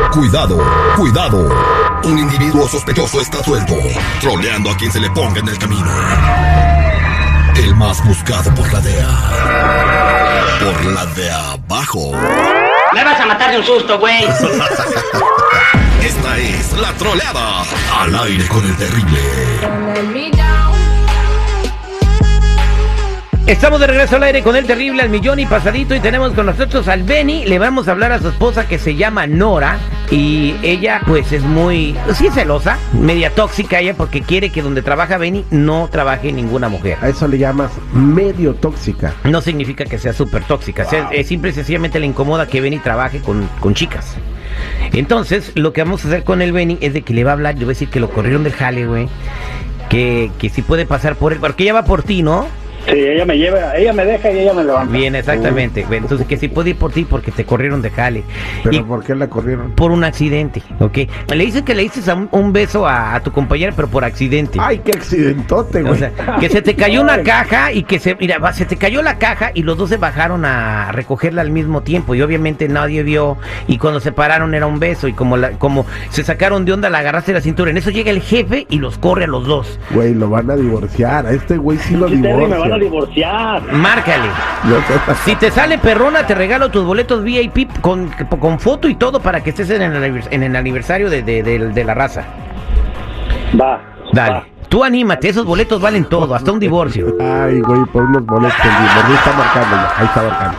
Cuidado, cuidado. Un individuo sospechoso está suelto, troleando a quien se le ponga en el camino. El más buscado por la DEA. Por la de abajo. Me vas a matar de un susto, güey. Esta es la troleada. Al aire con el terrible. Estamos de regreso al aire con el terrible al millón y pasadito, y tenemos con nosotros al Benny. Le vamos a hablar a su esposa, que se llama Nora, y ella pues es muy, sí, celosa, media tóxica ella, porque quiere que donde trabaja Benny no trabaje ninguna mujer. A eso le llamas medio tóxica. No significa que sea súper tóxica, wow. Simple y sencillamente le incomoda que Benny trabaje con chicas. Entonces lo que vamos a hacer con el Benny es de que le va a hablar, le voy a decir que lo corrieron del jale, güey, que si puede pasar por él, porque ella va por ti, ¿no? Sí, ella me lleva, ella me deja y ella me levanta. Bien, exactamente. Entonces que sí puede ir por ti porque te corrieron de jale. ¿Pero por qué la corrieron? Por un accidente, ¿ok? Le dicen que le diste un beso a tu compañera, pero por accidente. Ay, qué accidentote, güey. O sea, que se te cayó una caja y que se te cayó la caja y los dos se bajaron a recogerla al mismo tiempo y obviamente nadie vio, y cuando se pararon era un beso y como se sacaron de onda, la agarraste de la cintura. En eso llega el jefe y los corre a los dos. Güey, lo van a divorciar. A este güey sí lo divorcian. A divorciar. Márcale. Si te sale perrona, te regalo tus boletos VIP con foto y todo para que estés en el aniversario de la raza. Va. Dale. Va. Tú anímate, esos boletos valen todo, hasta un divorcio. Ay, güey, por unos boletos. El divorcio está marcando ya. Ahí está marcando.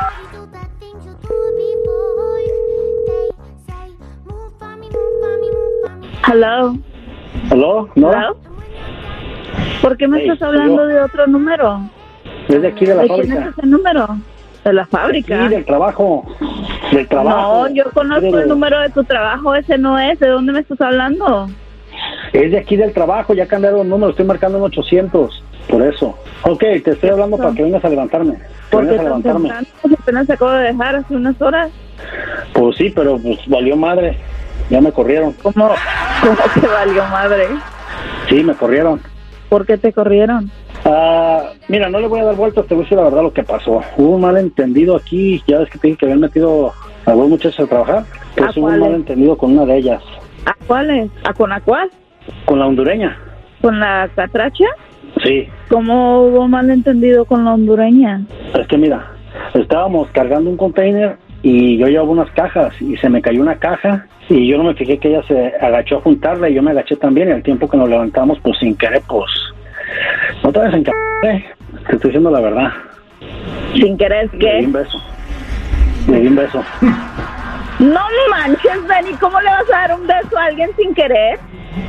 Hello. ¿Aló? ¿No? Hello. ¿Por qué me estás hablando de otro número? Es de aquí de la fábrica. ¿Quién es ese número? ¿De la fábrica? Sí, del trabajo. No, yo conozco el número de tu trabajo, ese no es. ¿De dónde me estás hablando? Es de aquí del trabajo, ya cambiaron el número, estoy marcando en 800, por eso. Ok, te estoy hablando para que vengas a levantarme. ¿Por qué tan temprano? Apenas te acabo de dejar hace unas horas. Pues sí, pero pues valió madre, ya me corrieron. ¿Cómo que valió madre? Sí, me corrieron. ¿Por qué te corrieron? Mira, no le voy a dar vueltas, te voy a decir la verdad lo que pasó. Hubo un malentendido aquí, ya ves que te dije que habían metido a dos muchachos a trabajar. Pues hubo un malentendido con una de ellas. ¿A cuáles? ¿A con la cuál? Con la hondureña. ¿Con la catracha? Sí. ¿Cómo hubo malentendido con la hondureña? Es que mira, estábamos cargando un container y yo llevaba unas cajas y se me cayó una caja y yo no me fijé que ella se agachó a juntarla y yo me agaché también, y al tiempo que nos levantamos, pues sin querer, pues no te vayas te estoy diciendo la verdad. ¿Sin querer qué? Le di un beso. Le di un beso. No manches, Benny, ¿cómo le vas a dar un beso a alguien sin querer?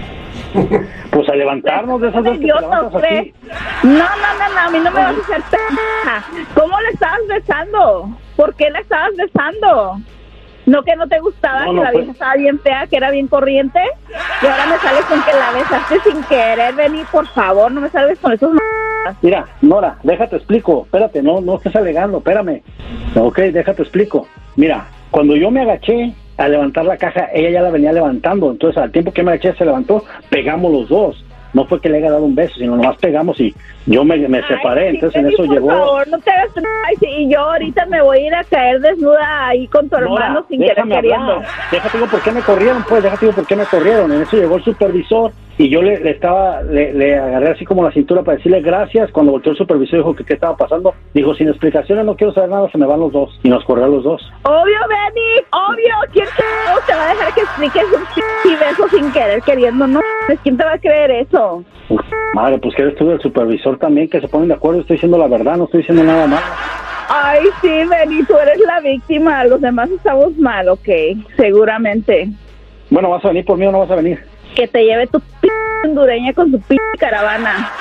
Pues a levantarnos de esas dos que te levantas así. No, a mí no me vas a hacer pena. ¿Cómo le estabas besando? ¿Por qué la estabas besando? ¿No que no te gustaba, que la vieja estaba bien fea, que era bien corriente? Y ahora me sales con que la besaste sin querer. Benny, por favor, no me salves con esos Mira, Nora, déjate explico. Espérate, no estés alegando, espérame. Ok, déjate explico. Mira, cuando yo me agaché a levantar la caja, ella ya la venía levantando. Entonces, al tiempo que me agaché, se levantó, pegamos los dos. No fue que le haya dado un beso, sino nomás pegamos y yo me separé. Entonces, en eso llegó... Por favor, no te hagas... Ay, sí, y yo ahorita me voy a ir a caer desnuda ahí con tu hermano sin querer queriendo. Déjate digo por qué me corrieron, pues, déjate digo por qué me corrieron. En eso llegó el supervisor y yo le agarré así como la cintura para decirle gracias. Cuando volteó el supervisor dijo que qué estaba pasando, dijo, sin explicaciones, no quiero saber nada, se me van los dos. Y nos corrió a los dos. Obvio, Benny, obvio. ¿Quién te va a dejar que expliques un beso sin querer queriendo? No, ¿quién te va a creer eso? Uf, madre, pues que eres tú el supervisor también, que se ponen de acuerdo. Estoy diciendo la verdad, no estoy diciendo nada malo. Ay, sí, Benny, tú eres la víctima, los demás estamos mal, ok, seguramente. Bueno, ¿vas a venir por mí o no vas a venir? Que te lleve tu hondureña con su caravana.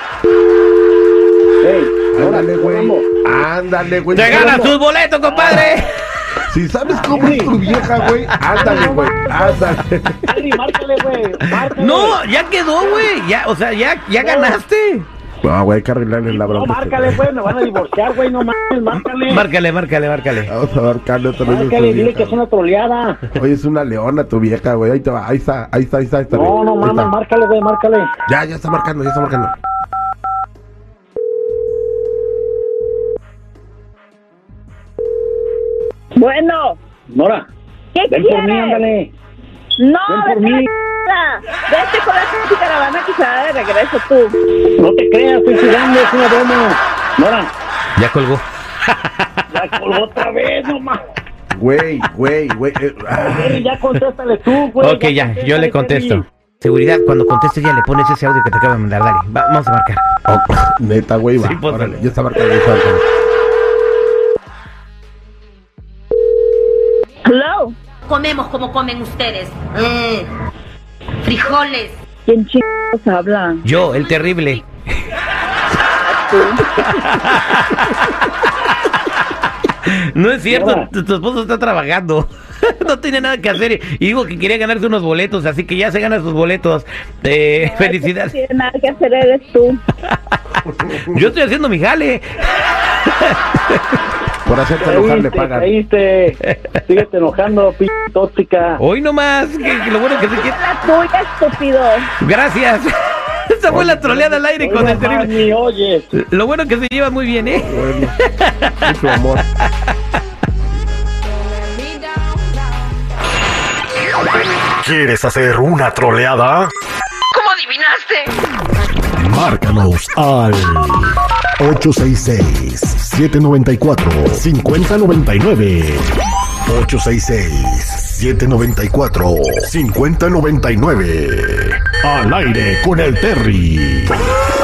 Hey, ándale, güey. Ándale, güey. ¡Te ganas tus boletos, compadre! Si sabes cómo es tu vieja, güey, ándale, güey, ándale. Ari, márcale, güey, márcale. No, ya quedó, güey, ya, o sea, ya ganaste. No, güey, hay que arreglarle la bronca. No, márcale, güey, me van a divorciar, güey, no mames, márcale. Márcale. Vamos a marcarle otra vez. Márcale, dile que es una troleada. Oye, es una leona tu vieja, güey, ahí te va, ahí está. No, mames, márcale, güey, márcale. Ya está marcando. Bueno. Nora, ¿Qué ven quieres? por mí, ándale. No, ven por mí. Vete con la caravana que se va de regreso tú. No te creas, estoy jugando, es una broma. Nora, Ya colgó. ya colgó otra vez, nomás. Güey. Terry, ya contéstale tú, güey. Ok, ya, yo le contesto. Terry. Seguridad, cuando contestes ya le pones ese audio que te acabo de mandar, dale. Vamos a marcar. Oh, neta, güey, va. Sí, pues, Órale, sí. ya está marcado. ya está marcado. Hello. Comemos como comen ustedes. Frijoles. ¿Quién chicos habla? Yo, el terrible. No es cierto, Hola. tu esposo está trabajando. No tiene nada que hacer y dijo que quería ganarse unos boletos, así que ya se gana sus boletos. Felicidades. No tiene nada que hacer, eres tú. Yo estoy haciendo mi jale. Por hacerte enojar le pagan. Caíste. Síguete enojando, p*** tóxica. Hoy nomás, que lo bueno que se quiere. La tuya, estúpido. Gracias. Esa fue la troleada al aire con Oye, el terrible. mami, oye. Lo bueno que se lleva muy bien, ¿eh? Bueno, mucho amor. ¿Quieres hacer una troleada? ¿Cómo adivinaste? Márcanos al 866-794-5099. 866-794-5099. Al aire con el Terry.